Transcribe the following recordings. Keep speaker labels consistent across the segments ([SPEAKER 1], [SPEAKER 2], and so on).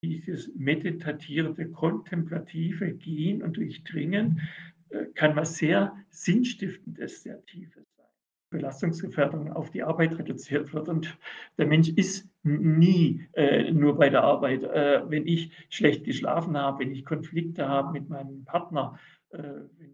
[SPEAKER 1] dieses meditative, kontemplative Gehen und Durchdringen kann was sehr Sinnstiftendes, sehr Tiefes sein. Belastungsgefährdung auf die Arbeit reduziert wird und der Mensch ist nie nur bei der Arbeit. Wenn ich schlecht geschlafen habe, wenn ich Konflikte habe mit meinem Partner, wenn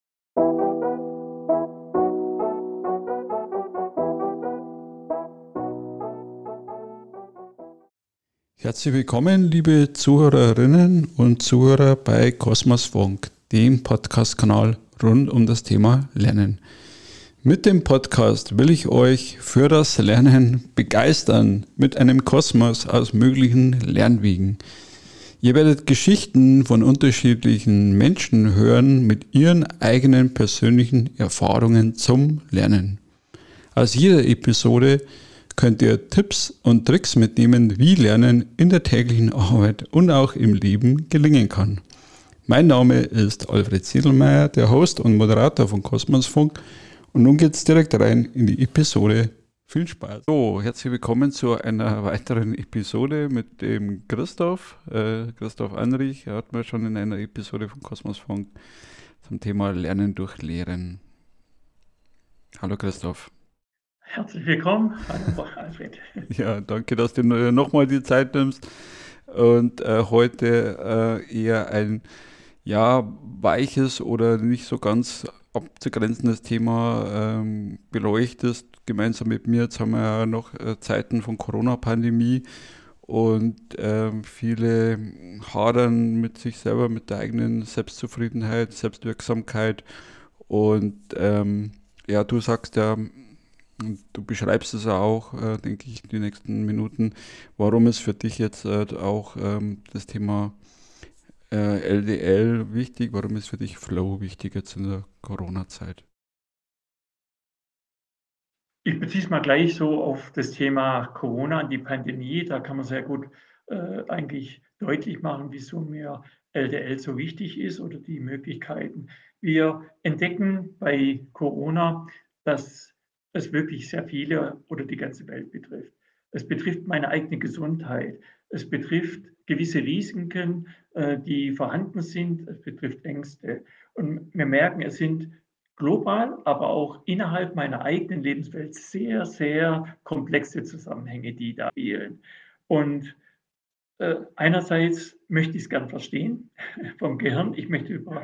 [SPEAKER 2] Herzlich willkommen, liebe Zuhörerinnen und Zuhörer bei Kosmosfunk, dem Podcast-Kanal rund um das Thema Lernen. Mit dem Podcast will ich euch für das Lernen begeistern mit einem Kosmos aus möglichen Lernwegen. Ihr werdet Geschichten von unterschiedlichen Menschen hören mit ihren eigenen persönlichen Erfahrungen zum Lernen. Aus jeder Episode könnt ihr Tipps und Tricks mitnehmen, wie Lernen in der täglichen Arbeit und auch im Leben gelingen kann. Mein Name ist Alfred Ziedelmeier, der Host und Moderator von Kosmosfunk, und nun geht's direkt rein in die Episode. Viel Spaß! So, herzlich willkommen zu einer weiteren Episode mit dem Christoph Anrich. Er hat mir schon in einer Episode von Kosmosfunk zum Thema Lernen durch Lehren. Hallo Christoph.
[SPEAKER 1] Herzlich willkommen. Hallo Alfred.
[SPEAKER 2] Ja, danke, dass du nochmal die Zeit nimmst und heute eher ein weiches oder nicht so ganz abzugrenzendes Thema beleuchtest, gemeinsam mit mir. Jetzt haben wir ja noch Zeiten von Corona-Pandemie und viele hadern mit sich selber, mit der eigenen Selbstzufriedenheit, Selbstwirksamkeit und du sagst ja, und du beschreibst es auch, denke ich, die nächsten Minuten, warum ist für dich jetzt auch das Thema LDL wichtig, warum ist für dich Flow wichtig jetzt in der Corona-Zeit?
[SPEAKER 1] Ich beziehe es mal gleich so auf das Thema Corona und die Pandemie. Da kann man sehr gut eigentlich deutlich machen, wieso mir LDL so wichtig ist oder die Möglichkeiten. Wir entdecken bei Corona, dass es wirklich sehr viele oder die ganze Welt betrifft. Es betrifft meine eigene Gesundheit. Es betrifft gewisse Risiken, die vorhanden sind. Es betrifft Ängste. Und wir merken, es sind global, aber auch innerhalb meiner eigenen Lebenswelt sehr, sehr komplexe Zusammenhänge, die da spielen. Und einerseits möchte ich es gern verstehen vom Gehirn. Ich möchte über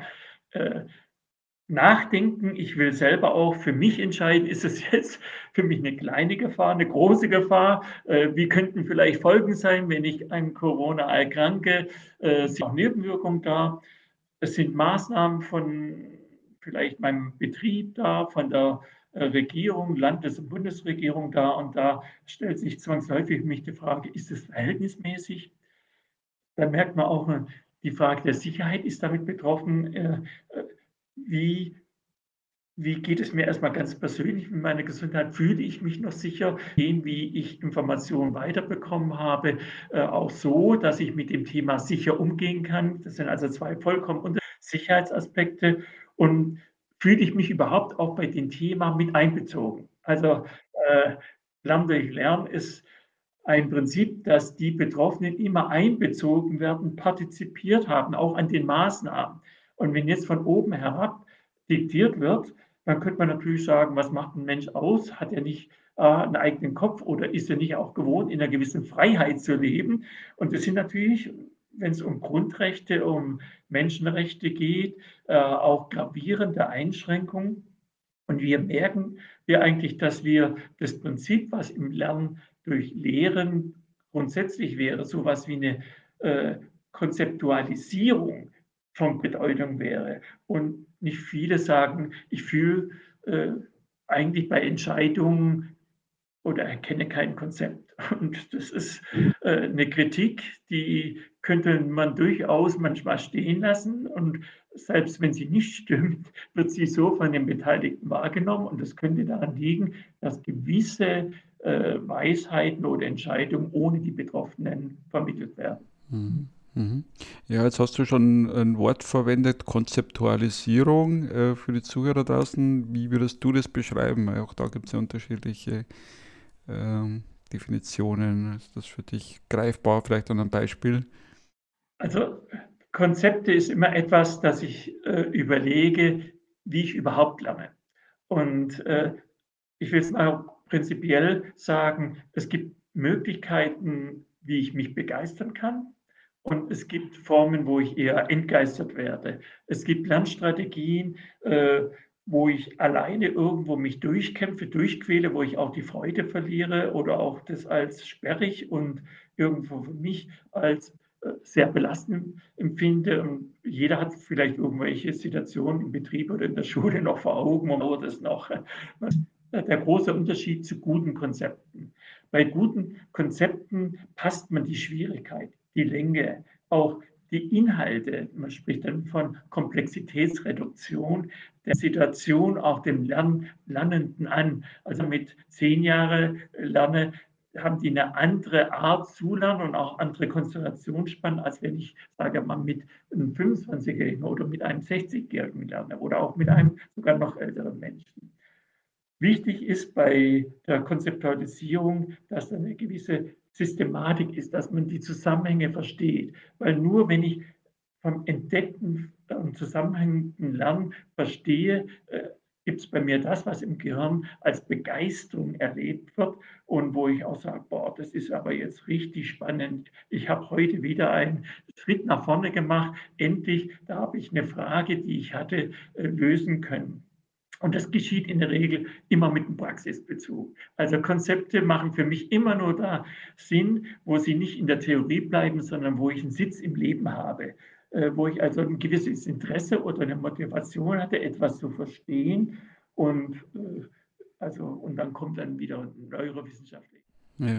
[SPEAKER 1] nachdenken. Ich will selber auch für mich entscheiden, ist es jetzt für mich eine kleine Gefahr, eine große Gefahr? Wie könnten vielleicht Folgen sein, wenn ich an Corona erkranke? Sind auch Nebenwirkungen da? Es sind Maßnahmen von vielleicht meinem Betrieb da, von der Regierung, Landes- und Bundesregierung da. Und da stellt sich zwangsläufig für mich die Frage, ist es verhältnismäßig? Da merkt man auch, die Frage der Sicherheit ist damit betroffen. Wie geht es mir erstmal ganz persönlich mit meiner Gesundheit? Fühle ich mich noch sicher, wie ich Informationen weiterbekommen habe, auch so, dass ich mit dem Thema sicher umgehen kann? Das sind also zwei vollkommen unterschiedliche Sicherheitsaspekte. Und fühle ich mich überhaupt auch bei dem Thema mit einbezogen? Also Lernen durch Lernen ist ein Prinzip, dass die Betroffenen immer einbezogen werden, partizipiert haben, auch an den Maßnahmen. Und wenn jetzt von oben herab diktiert wird, dann könnte man natürlich sagen, was macht ein Mensch aus? Hat er nicht einen eigenen Kopf oder ist er nicht auch gewohnt, in einer gewissen Freiheit zu leben? Und das sind natürlich, wenn es um Grundrechte, um Menschenrechte geht, auch gravierende Einschränkungen. Und wir merken eigentlich, dass wir das Prinzip, was im Lernen durch Lehren grundsätzlich wäre, so etwas wie eine Konzeptualisierung von Bedeutung wäre. Und nicht viele sagen, ich fühle eigentlich bei Entscheidungen oder erkenne kein Konzept. Und das ist eine Kritik, die könnte man durchaus manchmal stehen lassen. Und selbst wenn sie nicht stimmt, wird sie so von den Beteiligten wahrgenommen. Und das könnte daran liegen, dass gewisse Weisheiten oder Entscheidungen ohne die Betroffenen vermittelt werden.
[SPEAKER 2] Mhm. Mhm. Ja, jetzt hast du schon ein Wort verwendet, Konzeptualisierung für die Zuhörer draußen. Wie würdest du das beschreiben? Weil auch da gibt es ja unterschiedliche Definitionen. Ist das für dich greifbar? Vielleicht an einem Beispiel?
[SPEAKER 1] Also, Konzepte ist immer etwas, das ich, überlege, wie ich überhaupt lerne. Und, ich will es mal prinzipiell sagen, es gibt Möglichkeiten, wie ich mich begeistern kann, und es gibt Formen, wo ich eher entgeistert werde. Es gibt Lernstrategien, wo ich alleine irgendwo mich durchkämpfe, durchquäle, wo ich auch die Freude verliere oder auch das als sperrig und irgendwo für mich als, sehr belastend empfinde. Und jeder hat vielleicht irgendwelche Situationen im Betrieb oder in der Schule noch vor Augen, wo das noch der große Unterschied zu guten Konzepten. Bei guten Konzepten passt man die Schwierigkeit, die Länge, auch die Inhalte. Man spricht dann von Komplexitätsreduktion der Situation auch dem Lernenden an. Also mit 10 Jahre lerne, haben die eine andere Art zu lernen und auch andere Konzentrationsspannen, als wenn ich, sage mal, mit einem 25-Jährigen oder mit einem 60-Jährigen lerne oder auch mit einem sogar noch älteren Menschen. Wichtig ist bei der Konzeptualisierung, dass da eine gewisse Systematik ist, dass man die Zusammenhänge versteht. Weil nur wenn ich vom entdeckten und zusammenhängenden Lernen verstehe, gibt es bei mir das, was im Gehirn als Begeisterung erlebt wird und wo ich auch sage, boah, das ist aber jetzt richtig spannend. Ich habe heute wieder einen Schritt nach vorne gemacht. Endlich, da habe ich eine Frage, die ich hatte, lösen können. Und das geschieht in der Regel immer mit einem Praxisbezug. Also Konzepte machen für mich immer nur da Sinn, wo sie nicht in der Theorie bleiben, sondern wo ich einen Sitz im Leben habe, wo ich also ein gewisses Interesse oder eine Motivation hatte, etwas zu verstehen. Und, und dann kommt dann wieder neurowissenschaftlich.
[SPEAKER 2] Ja,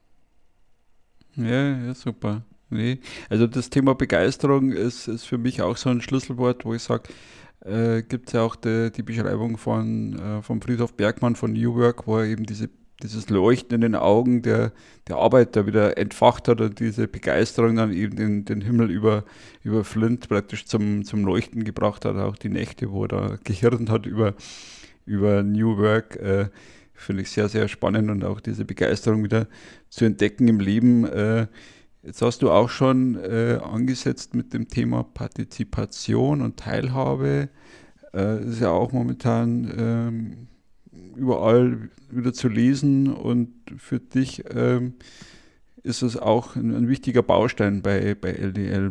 [SPEAKER 2] ja, ja, super. Nee. Also das Thema Begeisterung ist für mich auch so ein Schlüsselwort, wo ich sage, gibt es ja auch die Beschreibung von Friedhof Bergmann von New Work, wo er eben dieses Leuchten in den Augen der Arbeiter wieder entfacht hat und diese Begeisterung dann eben den Himmel über Flint praktisch zum Leuchten gebracht hat. Auch die Nächte, wo er da gehirnt hat über New Work, finde ich sehr, sehr spannend und auch diese Begeisterung wieder zu entdecken im Leben. Jetzt hast du auch schon angesetzt mit dem Thema Partizipation und Teilhabe. Ist ja auch momentan überall wieder zu lesen und für dich ist es auch ein wichtiger Baustein bei LDL.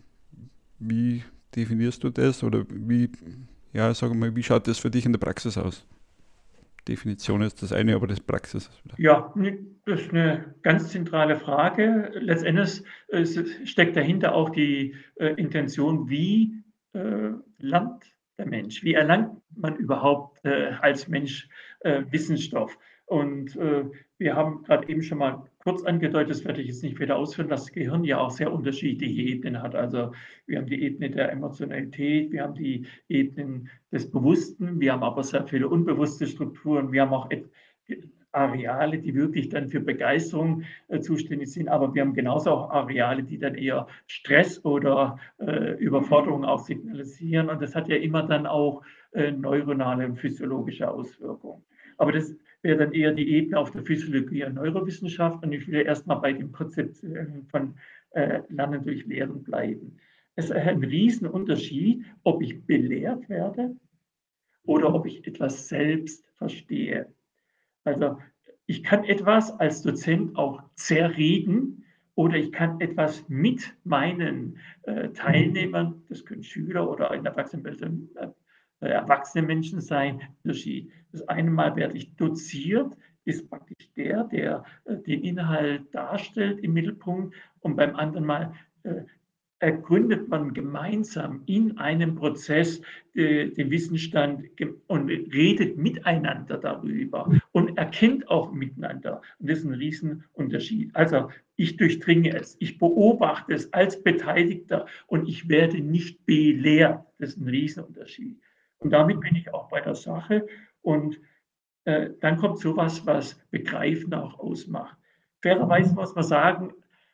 [SPEAKER 2] Wie definierst du das oder ja, sag mal, wie schaut das für dich in der Praxis aus? Definition ist das eine, aber das Praxis ist wieder.
[SPEAKER 1] Ja, das ist eine ganz zentrale Frage. Letztendlich steckt dahinter auch die Intention, wie lernt der Mensch? Wie erlangt man überhaupt als Mensch Wissensstoff? Und wir haben gerade eben schon mal kurz angedeutet, das werde ich jetzt nicht wieder ausführen, dass das Gehirn ja auch sehr unterschiedliche Ebenen hat. Also wir haben die Ebene der Emotionalität, wir haben die Ebenen des Bewussten, wir haben aber sehr viele unbewusste Strukturen, wir haben auch Areale, die wirklich dann für Begeisterung zuständig sind, aber wir haben genauso auch Areale, die dann eher Stress oder Überforderung auch signalisieren, und das hat ja immer dann auch neuronale und physiologische Auswirkungen. Aber das wäre dann eher die Ebene auf der Physiologie und Neurowissenschaft, und ich will erstmal bei dem Konzept von Lernen durch Lehren bleiben. Es ist ein Riesenunterschied, ob ich belehrt werde oder ob ich etwas selbst verstehe. Also ich kann etwas als Dozent auch zerreden oder ich kann etwas mit meinen Teilnehmern, das können Schüler oder in Erwachsenenbildung erwachsene Menschen sein, Unterschied. Das eine Mal werde ich doziert, ist praktisch der den Inhalt darstellt im Mittelpunkt, und beim anderen Mal ergründet man gemeinsam in einem Prozess den Wissensstand und redet miteinander darüber und erkennt auch miteinander. Und das ist ein Riesenunterschied. Also ich durchdringe es, ich beobachte es als Beteiligter und ich werde nicht belehrt. Das ist ein Riesenunterschied. Und damit bin ich auch bei der Sache. Und dann kommt sowas, was Begreifen auch ausmacht. Fairerweise muss man sagen,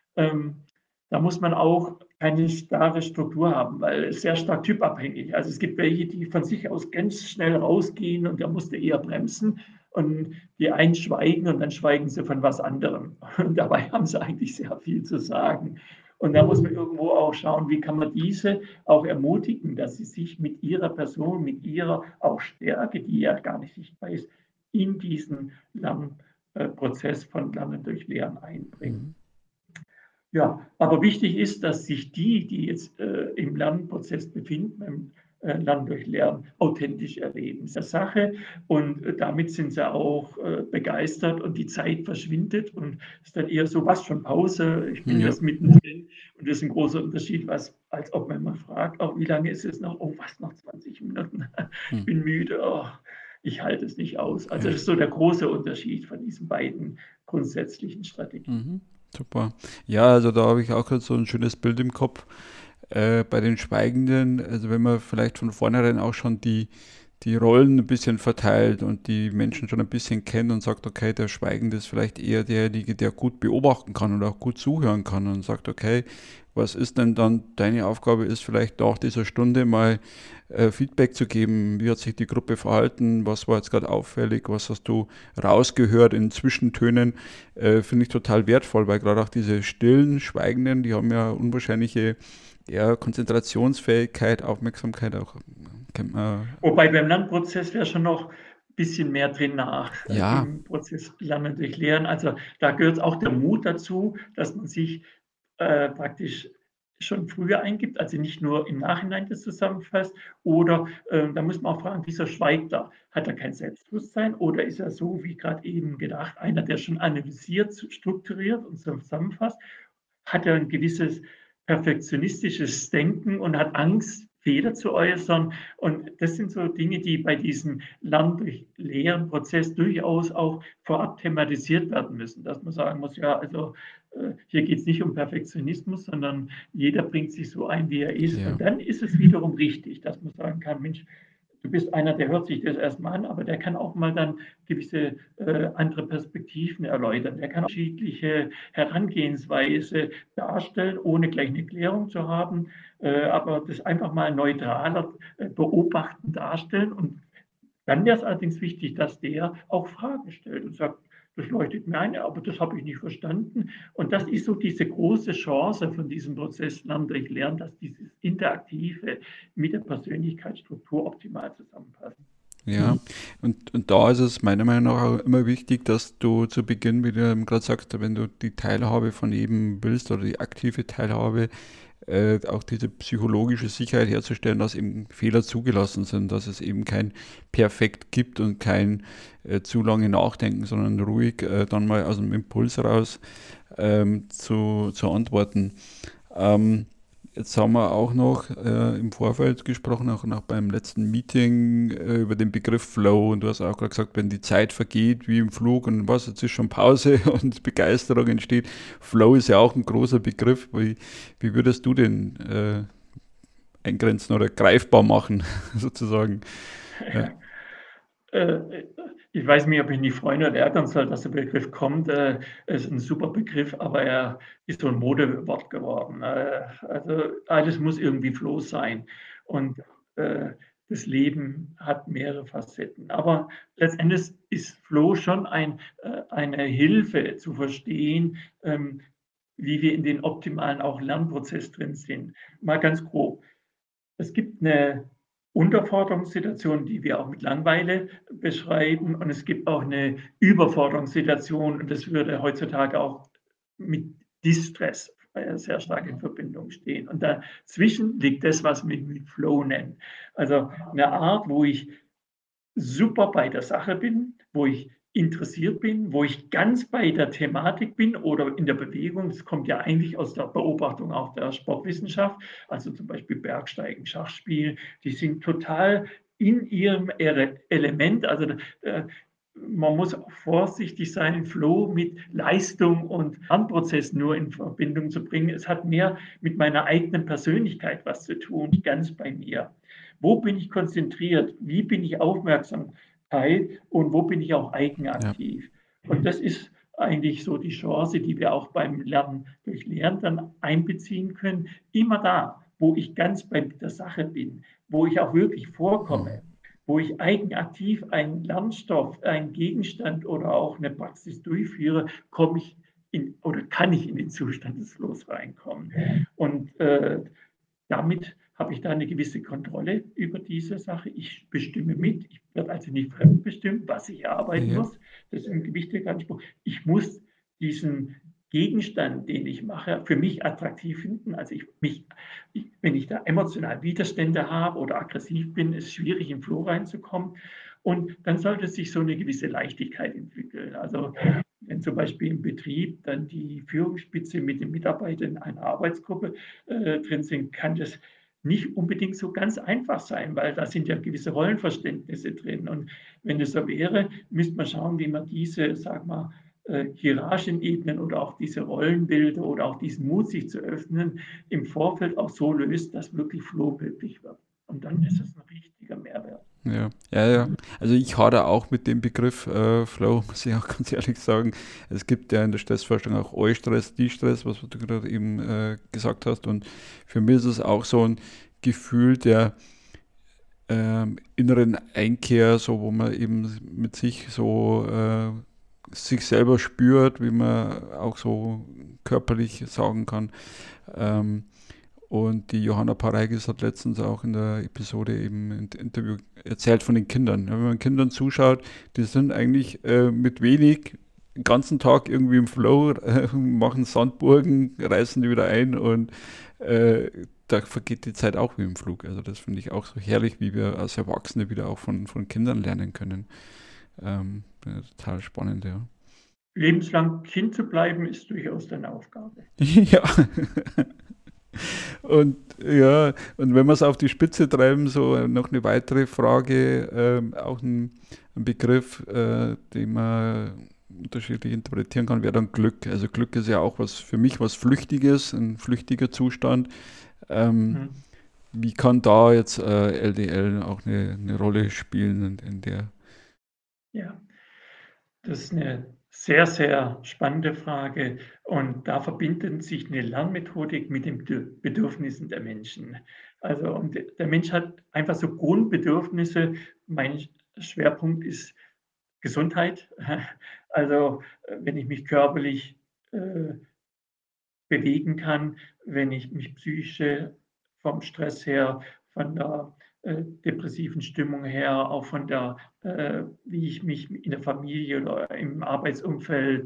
[SPEAKER 1] da muss man auch keine starre Struktur haben, weil es sehr stark typabhängig. Also es gibt welche, die von sich aus ganz schnell rausgehen und da musst du eher bremsen, und die einen schweigen und dann schweigen sie von was anderem. Und dabei haben sie eigentlich sehr viel zu sagen. Und da muss man irgendwo auch schauen, wie kann man diese auch ermutigen, dass sie sich mit ihrer Person, mit ihrer auch Stärke, die ja gar nicht sichtbar ist, in diesen Lernprozess von Lernen durch Lehren einbringen. Ja, aber wichtig ist, dass sich die jetzt im Lernprozess befinden, im Lernen durch Lernen, authentisch erleben. Das ist eine Sache und damit sind sie auch begeistert und die Zeit verschwindet und es ist dann eher so, was schon Pause, ich bin jetzt mittendrin und das ist ein großer Unterschied, als ob man mal fragt, oh, wie lange ist es noch? Oh, was, noch 20 Minuten? Ich bin müde, oh, ich halte es nicht aus. Also das ist so der große Unterschied von diesen beiden grundsätzlichen Strategien.
[SPEAKER 2] Super. Ja, also da habe ich auch gerade so ein schönes Bild im Kopf. Bei den Schweigenden, also wenn man vielleicht von vornherein auch schon die Rollen ein bisschen verteilt und die Menschen schon ein bisschen kennt und sagt, okay, der Schweigende ist vielleicht eher derjenige, der gut beobachten kann und auch gut zuhören kann und sagt, okay, was ist denn dann deine Aufgabe ist vielleicht nach dieser Stunde mal Feedback zu geben, wie hat sich die Gruppe verhalten, was war jetzt gerade auffällig, was hast du rausgehört in Zwischentönen, finde ich total wertvoll, weil gerade auch diese stillen, Schweigenden, die haben ja unwahrscheinliche Konzentrationsfähigkeit, Aufmerksamkeit auch. Kennt man.
[SPEAKER 1] Wobei beim Lernprozess wäre schon noch ein bisschen mehr drin nach
[SPEAKER 2] Ja,
[SPEAKER 1] dem Prozess Lernen durch Lehren. Also da gehört auch der Mut dazu, dass man sich praktisch schon früher eingibt, also nicht nur im Nachhinein das zusammenfasst. Oder da muss man auch fragen, wieso schweigt er? Hat er kein Selbstbewusstsein oder ist er so, wie gerade eben gedacht, einer, der schon analysiert, strukturiert und zusammenfasst? Hat er ein gewisses perfektionistisches Denken und hat Angst, Fehler zu äußern. Und das sind so Dinge, die bei diesem Lern- durch Lehren-Prozess durchaus auch vorab thematisiert werden müssen, dass man sagen muss, ja, also hier geht es nicht um Perfektionismus, sondern jeder bringt sich so ein, wie er ist.
[SPEAKER 2] ja.
[SPEAKER 1] Und dann ist es wiederum richtig, dass man sagen kann, Mensch, du bist einer, der hört sich das erstmal an, aber der kann auch mal dann gewisse andere Perspektiven erläutern. Der kann unterschiedliche Herangehensweise darstellen, ohne gleich eine Klärung zu haben, aber das einfach mal neutraler beobachten, darstellen. Und dann wäre es allerdings wichtig, dass der auch Fragen stellt und sagt, das leuchtet mir ein, aber das habe ich nicht verstanden. Und das ist so diese große Chance von diesem Prozess Lernen durch Lernen, dass dieses Interaktive mit der Persönlichkeitsstruktur optimal zusammenpasst.
[SPEAKER 2] Ja, und da ist es meiner Meinung nach auch immer wichtig, dass du zu Beginn, wie du eben gerade sagst, wenn du die Teilhabe von jedem willst oder die aktive Teilhabe, auch diese psychologische Sicherheit herzustellen, dass eben Fehler zugelassen sind, dass es eben kein Perfekt gibt und kein zu lange Nachdenken, sondern ruhig dann mal aus dem Impuls raus zu antworten. Jetzt haben wir auch noch im Vorfeld gesprochen, auch noch beim letzten Meeting über den Begriff Flow. Und du hast auch gerade gesagt, wenn die Zeit vergeht wie im Flug und was, jetzt ist schon Pause und Begeisterung entsteht. Flow ist ja auch ein großer Begriff. Wie würdest du den eingrenzen oder greifbar machen, sozusagen? Ja.
[SPEAKER 1] Ich weiß nicht, ob ich nicht freuen oder ärgern soll, dass der Begriff kommt. Es ist ein super Begriff, aber er ist so ein Modewort geworden. Also alles muss irgendwie Flow sein. Und das Leben hat mehrere Facetten. Aber letztendlich ist Flow schon eine Hilfe zu verstehen, wie wir in den optimalen auch Lernprozess drin sind. Mal ganz grob. Es gibt eine Unterforderungssituation, die wir auch mit Langeweile beschreiben, und es gibt auch eine Überforderungssituation, und das würde heutzutage auch mit Distress sehr stark in Verbindung stehen. Und dazwischen liegt das, was wir mit Flow nennen. Also eine Art, wo ich super bei der Sache bin, wo ich interessiert bin, wo ich ganz bei der Thematik bin oder in der Bewegung. Das kommt ja eigentlich aus der Beobachtung auch der Sportwissenschaft, also zum Beispiel Bergsteigen, Schachspiel, die sind total in ihrem Element. Also man muss auch vorsichtig sein, Flow mit Leistung und Lernprozess nur in Verbindung zu bringen. Es hat mehr mit meiner eigenen Persönlichkeit was zu tun, ganz bei mir. Wo bin ich konzentriert? Wie bin ich aufmerksam? Und wo bin ich auch
[SPEAKER 2] Ja.
[SPEAKER 1] eigenaktiv? Und das ist eigentlich so die Chance, die wir auch beim Lernen durch Lehren dann einbeziehen können. Immer da, wo ich ganz bei der Sache bin, wo ich auch wirklich vorkomme, wo ich eigenaktiv einen Lernstoff, einen Gegenstand oder auch eine Praxis durchführe, komme ich oder kann ich in den Zustand des Flows reinkommen. Und damit habe ich da eine gewisse Kontrolle über diese Sache. Ich bestimme mit. Ich werde also nicht fremdbestimmt, was ich erarbeiten
[SPEAKER 2] Ja.
[SPEAKER 1] muss. Das ist ein wichtiger Anspruch. Ich muss diesen Gegenstand, den ich mache, für mich attraktiv finden. Also wenn ich da emotional Widerstände habe oder aggressiv bin, ist es schwierig, in den Flow reinzukommen. Und dann sollte sich so eine gewisse Leichtigkeit entwickeln. Also wenn zum Beispiel im Betrieb dann die Führungsspitze mit den Mitarbeitern in einer Arbeitsgruppe drin sind, kann das nicht unbedingt so ganz einfach sein, weil da sind ja gewisse Rollenverständnisse drin. Und wenn es so wäre, müsste man schauen, wie man diese, sag mal, Hierarchienebenen oder auch diese Rollenbilder oder auch diesen Mut, sich zu öffnen, im Vorfeld auch so löst, dass wirklich Flow möglich wird. Und dann ist es ein richtiger Mehrwert.
[SPEAKER 2] Ja, ja, ja. Also ich hadere auch mit dem Begriff Flow, muss ich auch ganz ehrlich sagen. Es gibt ja in der Stressforschung auch Eustress, Distress, was du gerade eben gesagt hast. Und für mich ist es auch so ein Gefühl der inneren Einkehr, so wo man eben mit sich so sich selber spürt, wie man auch so körperlich sagen kann. Und die Johanna Pareigis hat letztens auch in der Episode eben im Interview erzählt von den Kindern. Ja, wenn man Kindern zuschaut, die sind eigentlich mit wenig den ganzen Tag irgendwie im Flow, machen Sandburgen, reißen die wieder ein und da vergeht die Zeit auch wie im Flug. Also das finde ich auch so herrlich, wie wir als Erwachsene wieder auch von Kindern lernen können. Total spannend, ja.
[SPEAKER 1] Lebenslang Kind zu bleiben, ist durchaus eine Aufgabe.
[SPEAKER 2] Ja. Und ja, und wenn wir es auf die Spitze treiben, so noch eine weitere Frage, auch ein Begriff, den man unterschiedlich interpretieren kann, wäre dann Glück. Also Glück ist ja auch was für mich was Flüchtiges, ein flüchtiger Zustand.
[SPEAKER 1] Hm.
[SPEAKER 2] Wie kann da jetzt LDL auch eine Rolle spielen in der?
[SPEAKER 1] Ja, das ist eine sehr, sehr spannende Frage. Und da verbindet sich eine Lernmethodik mit den Bedürfnissen der Menschen. Also, und der Mensch hat einfach so Grundbedürfnisse. Mein Schwerpunkt ist Gesundheit. Also, wenn ich mich körperlich äh, bewegen kann, wenn ich mich psychisch vom Stress her, von der depressiven Stimmung her, auch von der, wie ich mich in der Familie oder im Arbeitsumfeld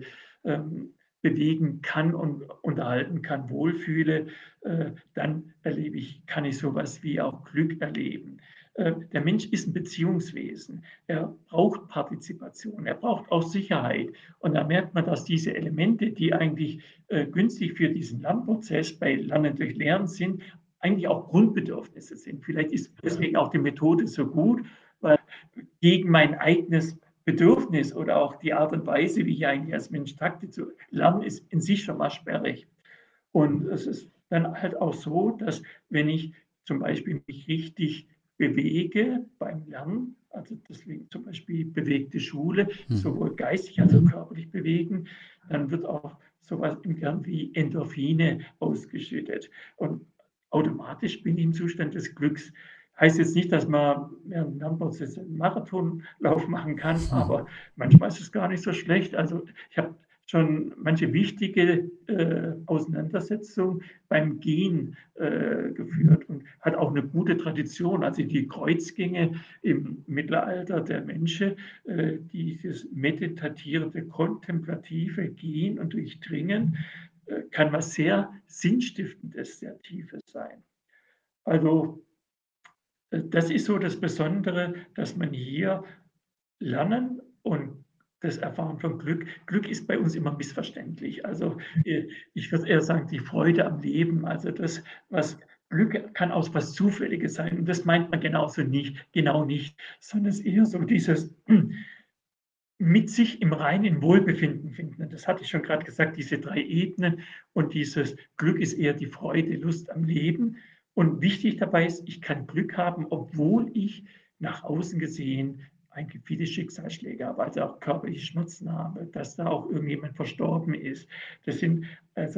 [SPEAKER 1] bewegen kann und unterhalten kann, wohlfühle, dann kann ich sowas wie auch Glück erleben. Der Mensch ist ein Beziehungswesen. Er braucht Partizipation, er braucht auch Sicherheit. Und da merkt man, dass diese Elemente, die eigentlich günstig für diesen Lernprozess bei Lernen durch Lernen sind, eigentlich auch Grundbedürfnisse sind. Vielleicht ist deswegen auch die Methode so gut, weil gegen mein eigenes Bedürfnis oder auch die Art und Weise, wie ich eigentlich als Mensch takte, zu lernen, ist in sich schon mal sperrig. Und es ist dann halt auch so, dass wenn ich zum Beispiel mich richtig bewege beim Lernen, also deswegen zum Beispiel bewegte Schule, sowohl geistig als auch körperlich bewegen, dann wird auch sowas im Gehirn wie Endorphine ausgeschüttet. Und automatisch bin ich im Zustand des Glücks. Heißt jetzt nicht, dass man während dem Lernprozess einen Marathonlauf machen kann, aber manchmal ist es gar nicht so schlecht. Also ich habe schon manche wichtige Auseinandersetzung beim Gehen geführt und hat auch eine gute Tradition. Also die Kreuzgänge im Mittelalter der Menschen, dieses meditative, kontemplative Gehen und Durchdringen, kann was sehr Sinnstiftendes, sehr Tiefes sein. Also das ist so das Besondere, dass man hier lernen und das Erfahren von Glück. Glück ist bei uns immer missverständlich. Also ich würde eher sagen, die Freude am Leben. Also das, was Glück kann auch was Zufälliges sein. Und das meint man genauso nicht, genau nicht, sondern es ist eher so dieses mit sich im reinen Wohlbefinden finden. Das hatte ich schon gerade gesagt, diese 3 Ebenen. Und dieses Glück ist eher die Freude, Lust am Leben. Und wichtig dabei ist, ich kann Glück haben, obwohl ich nach außen gesehen eigentlich viele Schicksalsschläge habe, also auch körperliche Schmerzen habe, dass da auch irgendjemand verstorben ist. Das sind also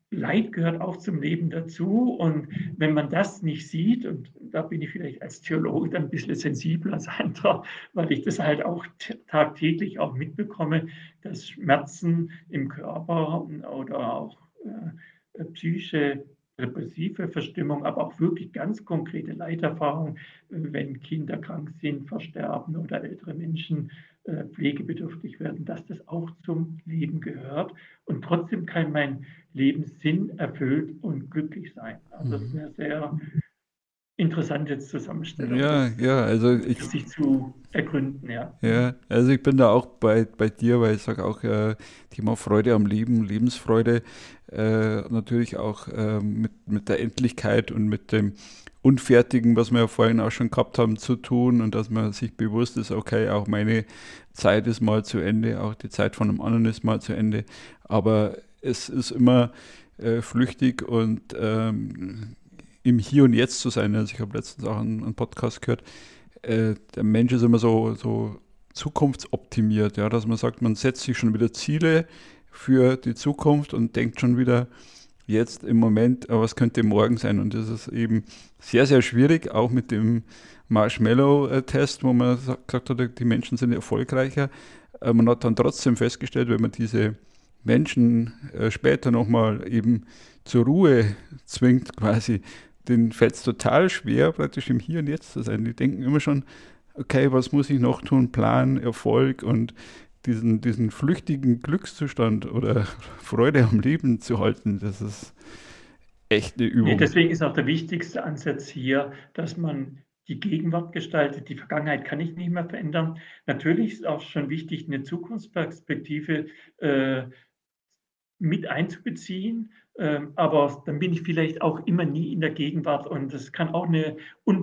[SPEAKER 1] Leid gehört auch zum Leben dazu. Und wenn man das nicht sieht, und da bin ich vielleicht als Theologe dann ein bisschen sensibler als anderer, weil ich das halt auch tagtäglich auch mitbekomme, dass Schmerzen im Körper oder auch psychische depressive Verstimmung, aber auch wirklich ganz konkrete Leiterfahrungen, wenn Kinder krank sind, versterben oder ältere Menschen pflegebedürftig werden, dass das auch zum Leben gehört. Und trotzdem kann mein Leben Sinn erfüllt und glücklich sein. Also das ist eine sehr interessante Zusammenstellung,
[SPEAKER 2] Ja,
[SPEAKER 1] das
[SPEAKER 2] ja, also
[SPEAKER 1] für sich zu ergründen, ja.
[SPEAKER 2] ja, also ich bin da auch bei dir, weil ich sage auch, Thema Freude am Leben, Lebensfreude, natürlich auch mit der Endlichkeit und mit dem Unfertigen, was wir ja vorhin auch schon gehabt haben, zu tun und dass man sich bewusst ist, okay, auch meine Zeit ist mal zu Ende, auch die Zeit von einem anderen ist mal zu Ende, aber es ist immer flüchtig und im Hier und Jetzt zu sein. Also ich habe letztens auch einen Podcast gehört, der Mensch ist immer so zukunftsoptimiert, ja, dass man sagt, man setzt sich schon wieder Ziele für die Zukunft und denkt schon wieder jetzt im Moment, was könnte morgen sein. Und das ist eben sehr, sehr schwierig, auch mit dem Marshmallow-Test, wo man gesagt hat, die Menschen sind erfolgreicher. Man hat dann trotzdem festgestellt, wenn man diese Menschen später nochmal eben zur Ruhe zwingt, quasi, denen fällt es total schwer, praktisch im Hier und Jetzt zu sein. Die denken immer schon, okay, was muss ich noch tun? Plan, Erfolg und diesen flüchtigen Glückszustand oder Freude am Leben zu halten, das ist echt eine
[SPEAKER 1] Nee,
[SPEAKER 2] Übung.
[SPEAKER 1] deswegen ist auch der wichtigste Ansatz hier, dass man die Gegenwart gestaltet. Die Vergangenheit kann ich nicht mehr verändern. Natürlich ist auch schon wichtig, eine Zukunftsperspektive mit einzubeziehen, aber dann bin ich vielleicht auch immer nie in der Gegenwart und das kann auch eine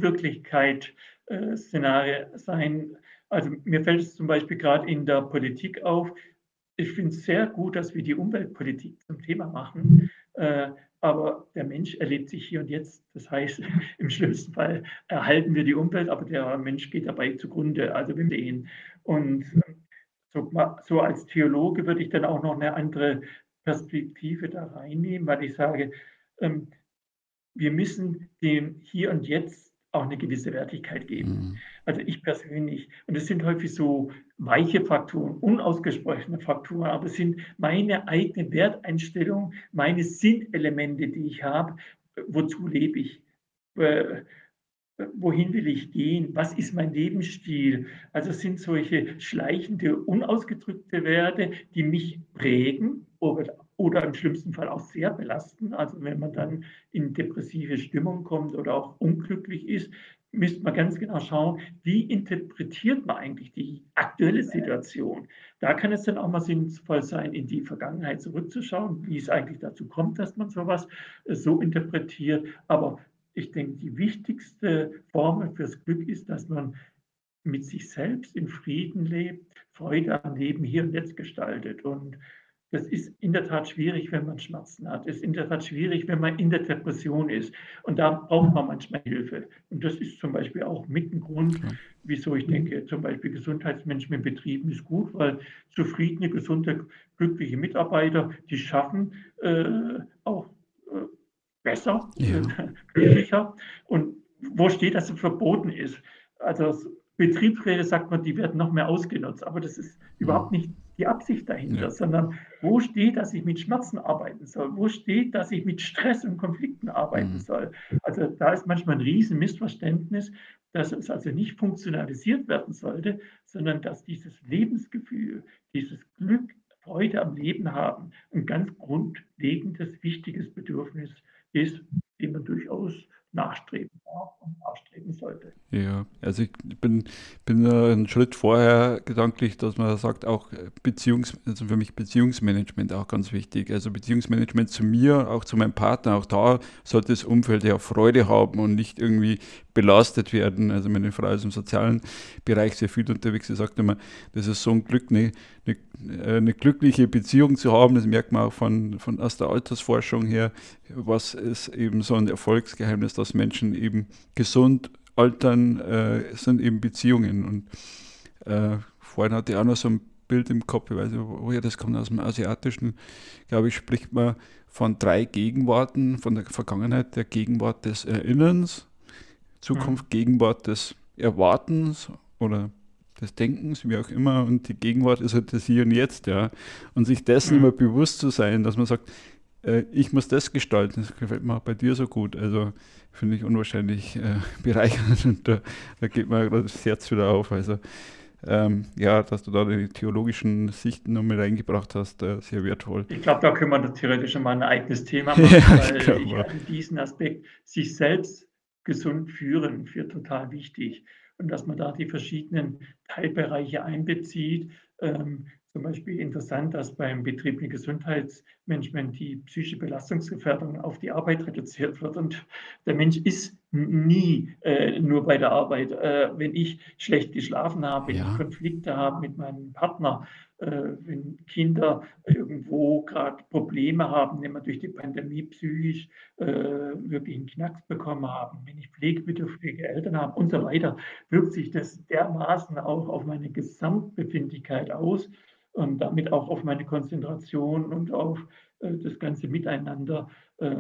[SPEAKER 1] Unwirklichkeit-Szenario sein. Also mir fällt es zum Beispiel gerade in der Politik auf. Ich finde es sehr gut, dass wir die Umweltpolitik zum Thema machen, aber der Mensch erlebt sich hier und jetzt. Das heißt, im schlimmsten Fall erhalten wir die Umwelt, aber der Mensch geht dabei zugrunde. Also wir sehen. Und so als Theologe würde ich dann auch noch eine andere Perspektive da reinnehmen, weil ich sage, ähm, wir müssen dem Hier und Jetzt auch eine gewisse Wertigkeit geben.
[SPEAKER 2] Mhm.
[SPEAKER 1] Also ich persönlich, und es sind häufig so weiche Faktoren, unausgesprochene Faktoren, aber es sind meine eigene Werteinstellung, meine Sinnelemente, die ich habe, wozu lebe ich? Äh, Wohin will ich gehen? Was ist mein Lebensstil? Also es sind solche schleichende, unausgedrückte Werte, die mich prägen oder im schlimmsten Fall auch sehr belasten. Also wenn man dann in depressive Stimmung kommt oder auch unglücklich ist, müsste man ganz genau schauen, wie interpretiert man eigentlich die aktuelle Situation. Da kann es dann auch mal sinnvoll sein, in die Vergangenheit zurückzuschauen, wie es eigentlich dazu kommt, dass man sowas so interpretiert. Aber ich denke, die wichtigste Formel fürs Glück ist, dass man mit sich selbst in Frieden lebt, Freude am Leben hier und jetzt gestaltet. Und das ist in der Tat schwierig, wenn man Schmerzen hat. Es ist in der Tat schwierig, wenn man in der Depression ist. Und da braucht man manchmal Hilfe. Und das ist zum Beispiel auch mit ein Grund,
[SPEAKER 2] Klar.
[SPEAKER 1] wieso ich denke, zum Beispiel Gesundheitsmanagement in Betrieben ist gut, weil zufriedene, gesunde, glückliche Mitarbeiter, die schaffen auch besser,
[SPEAKER 2] Ja.
[SPEAKER 1] glücklicher. Und wo steht, dass es verboten ist? Also Betriebsräte, sagt man, die werden noch mehr ausgenutzt, aber das ist überhaupt
[SPEAKER 2] Mhm.
[SPEAKER 1] nicht die Absicht
[SPEAKER 2] Ja.
[SPEAKER 1] dahinter, sondern wo steht, dass ich mit Schmerzen arbeiten soll? Wo steht, dass ich mit Stress und Konflikten arbeiten
[SPEAKER 2] Mhm.
[SPEAKER 1] soll? Also da ist manchmal ein riesen Missverständnis, dass es also nicht funktionalisiert werden sollte, sondern dass dieses Lebensgefühl, dieses Glück, Freude am Leben haben, ein ganz grundlegendes, wichtiges Bedürfnis ist, dem man durchaus nachstreben darf und nachstreben sollte.
[SPEAKER 2] Ja, also ich bin einen Schritt vorher gedanklich, dass man sagt, auch also für mich Beziehungsmanagement auch ganz wichtig. Also Beziehungsmanagement zu mir, auch zu meinem Partner, auch da sollte das Umfeld ja Freude haben und nicht irgendwie belastet werden. Also meine Frau ist im sozialen Bereich sehr viel unterwegs. Sie sagt immer, das ist so ein Glück, eine glückliche Beziehung zu haben. Das merkt man auch aus der Altersforschung her. Was ist eben so ein Erfolgsgeheimnis, dass Menschen eben gesund altern, sind eben Beziehungen. Und vorhin hatte ich auch noch so ein Bild im Kopf, ich weiß nicht, woher das kommt, aus dem Asiatischen, glaube ich, spricht man von 3 Gegenwarten, von der Vergangenheit, der Gegenwart des Erinnerns, Zukunft, Gegenwart des Erwartens oder des Denkens, wie auch immer, und die Gegenwart ist halt das Hier und Jetzt, ja. Und sich dessen immer bewusst zu sein, dass man sagt, ich muss das gestalten, das gefällt mir auch bei dir so gut. Also finde ich unwahrscheinlich bereichernd und da geht mir das Herz wieder auf. Also ja, dass du da die theologischen Sichten noch mit reingebracht hast, sehr wertvoll.
[SPEAKER 1] Ich glaube, da können wir theoretisch schon mal ein eigenes Thema machen,
[SPEAKER 2] Ja, ich
[SPEAKER 1] weil
[SPEAKER 2] glaube
[SPEAKER 1] ich
[SPEAKER 2] auch.
[SPEAKER 1] diesen Aspekt, sich selbst gesund führen, für total wichtig. Und dass man da die verschiedenen Teilbereiche einbezieht. Zum Beispiel interessant, dass beim betrieblichen Gesundheitsmanagement die psychische Belastungsgefährdung auf die Arbeit reduziert wird. Und der Mensch ist nie nur bei der Arbeit. Wenn ich schlecht geschlafen habe, wenn ich
[SPEAKER 2] Ja,
[SPEAKER 1] Konflikte habe mit meinem Partner, wenn Kinder irgendwo gerade Probleme haben, wenn wir durch die Pandemie psychisch wirklich einen Knacks bekommen haben, wenn ich pflegebedürftige Eltern habe und so weiter, wirkt sich das dermaßen auch auf meine Gesamtbefindlichkeit aus und damit auch auf meine Konzentration und auf das ganze Miteinander.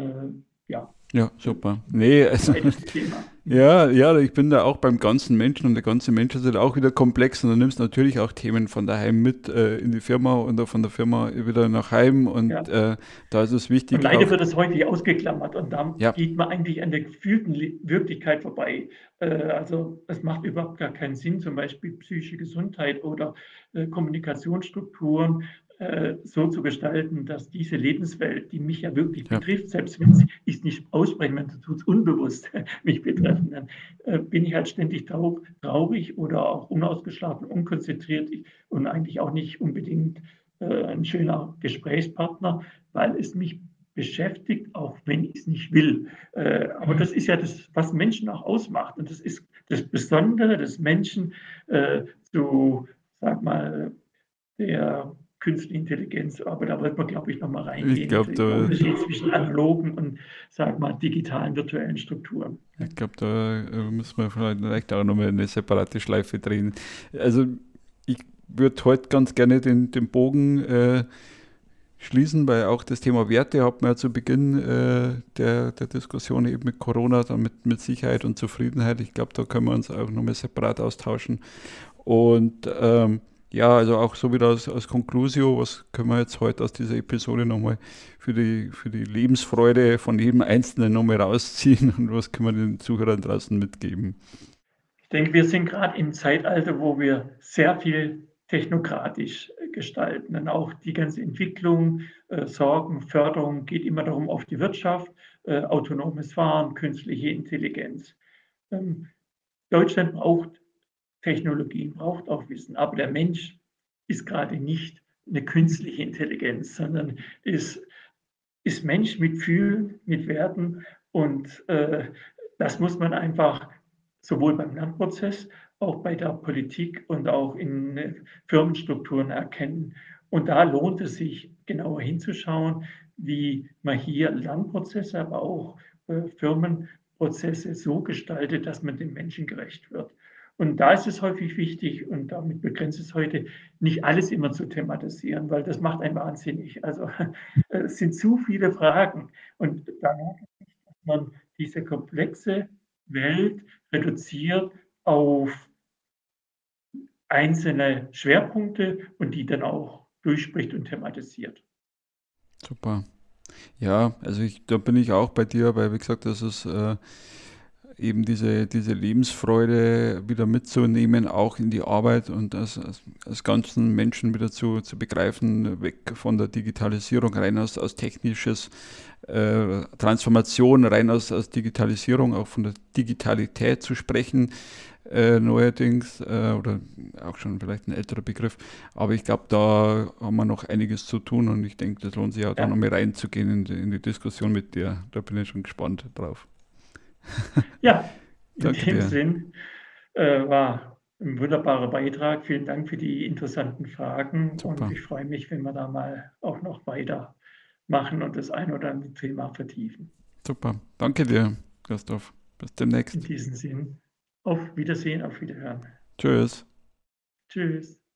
[SPEAKER 1] Ja,
[SPEAKER 2] ja, super. Nee, also
[SPEAKER 1] zweites Thema.
[SPEAKER 2] ja, ich bin da auch beim ganzen Menschen und der ganze Mensch ist halt auch wieder komplex und du nimmst natürlich auch Themen von daheim mit in die Firma und auch von der Firma wieder nach Heim und
[SPEAKER 1] Ja.
[SPEAKER 2] da ist es
[SPEAKER 1] Und
[SPEAKER 2] wichtig
[SPEAKER 1] leider
[SPEAKER 2] auch,
[SPEAKER 1] wird es häufig ausgeklammert und da
[SPEAKER 2] ja,
[SPEAKER 1] geht man eigentlich an der gefühlten Wirklichkeit vorbei. Also es macht überhaupt gar keinen Sinn, zum Beispiel psychische Gesundheit oder Kommunikationsstrukturen so zu gestalten, dass diese Lebenswelt, die mich ja wirklich
[SPEAKER 2] ja,
[SPEAKER 1] betrifft, selbst wenn ich es nicht ausspreche, man tut es unbewusst mich betreffen, dann bin ich halt ständig traurig oder auch unausgeschlafen, unkonzentriert und eigentlich auch nicht unbedingt ein schöner Gesprächspartner, weil es mich beschäftigt, auch wenn ich es nicht will. Aber das ist ja das, was Menschen auch ausmacht. Und das ist das Besondere des Menschen zu, sag mal, der künstlichen Intelligenz. Aber da wird man, glaube ich, nochmal
[SPEAKER 2] ich
[SPEAKER 1] reingehen,
[SPEAKER 2] glaube,
[SPEAKER 1] der Unterschied zwischen analogen und, sag mal, digitalen virtuellen Strukturen.
[SPEAKER 2] da müssen wir vielleicht auch nochmal eine separate Schleife drehen. Also ich würde heute ganz gerne den Bogen schließen, weil auch das Thema Werte hat man ja zu Beginn der Diskussion eben mit Corona, dann mit Sicherheit und Zufriedenheit. Ich glaube, da können wir uns auch nochmal separat austauschen. Und ja, also auch so wieder als Conclusio, was können wir jetzt heute aus dieser Episode nochmal für die Lebensfreude von jedem Einzelnen nochmal rausziehen und was können wir den Zuhörern draußen mitgeben?
[SPEAKER 1] Ich denke, wir sind gerade im Zeitalter, wo wir sehr viel technokratisch gestalten. Und auch die ganze Entwicklung, Sorgen, Förderung geht immer darum auf die Wirtschaft, autonomes Fahren, künstliche Intelligenz. Ähm, Deutschland braucht Technologie, braucht auch Wissen, aber der Mensch ist gerade nicht eine künstliche Intelligenz, sondern ist Mensch mit Fühlen, mit Werten und das muss man einfach sowohl beim Lernprozess, auch bei der Politik und auch in Firmenstrukturen erkennen. Und da lohnt es sich, genauer hinzuschauen, wie man hier Lernprozesse, aber auch Firmenprozesse so gestaltet, dass man dem Menschen gerecht wird. Und da ist es häufig wichtig, und damit begrenzt es heute, nicht alles immer zu thematisieren, weil das macht einen wahnsinnig. Also es sind zu viele Fragen. Und da merkt man diese komplexe Welt reduziert auf einzelne Schwerpunkte und die dann auch durchspricht und thematisiert.
[SPEAKER 2] Super. Ja, also da bin ich auch bei dir, weil wie gesagt, das ist eben diese Lebensfreude wieder mitzunehmen, auch in die Arbeit und als ganzen Menschen wieder zu begreifen, weg von der Digitalisierung, rein aus technisches Transformation, rein aus Digitalisierung, auch von der Digitalität zu sprechen, neuerdings, oder auch schon vielleicht ein älterer Begriff, aber ich glaube, da haben wir noch einiges zu tun und ich denke, das lohnt sich auch da
[SPEAKER 1] Ja,
[SPEAKER 2] nochmal reinzugehen in die Diskussion mit dir. Da bin ich schon gespannt drauf.
[SPEAKER 1] ja, in
[SPEAKER 2] Danke
[SPEAKER 1] dem
[SPEAKER 2] dir.
[SPEAKER 1] Sinn war ein wunderbarer Beitrag. Vielen Dank für die interessanten Fragen und
[SPEAKER 2] Super.
[SPEAKER 1] ich freue mich, wenn wir da mal auch noch weitermachen und das ein oder andere Thema vertiefen.
[SPEAKER 2] Super. Danke dir, Christoph. Bis
[SPEAKER 1] In
[SPEAKER 2] demnächst.
[SPEAKER 1] diesem Sinn, auf Wiedersehen, auf Wiederhören.
[SPEAKER 2] Tschüss.
[SPEAKER 1] Tschüss.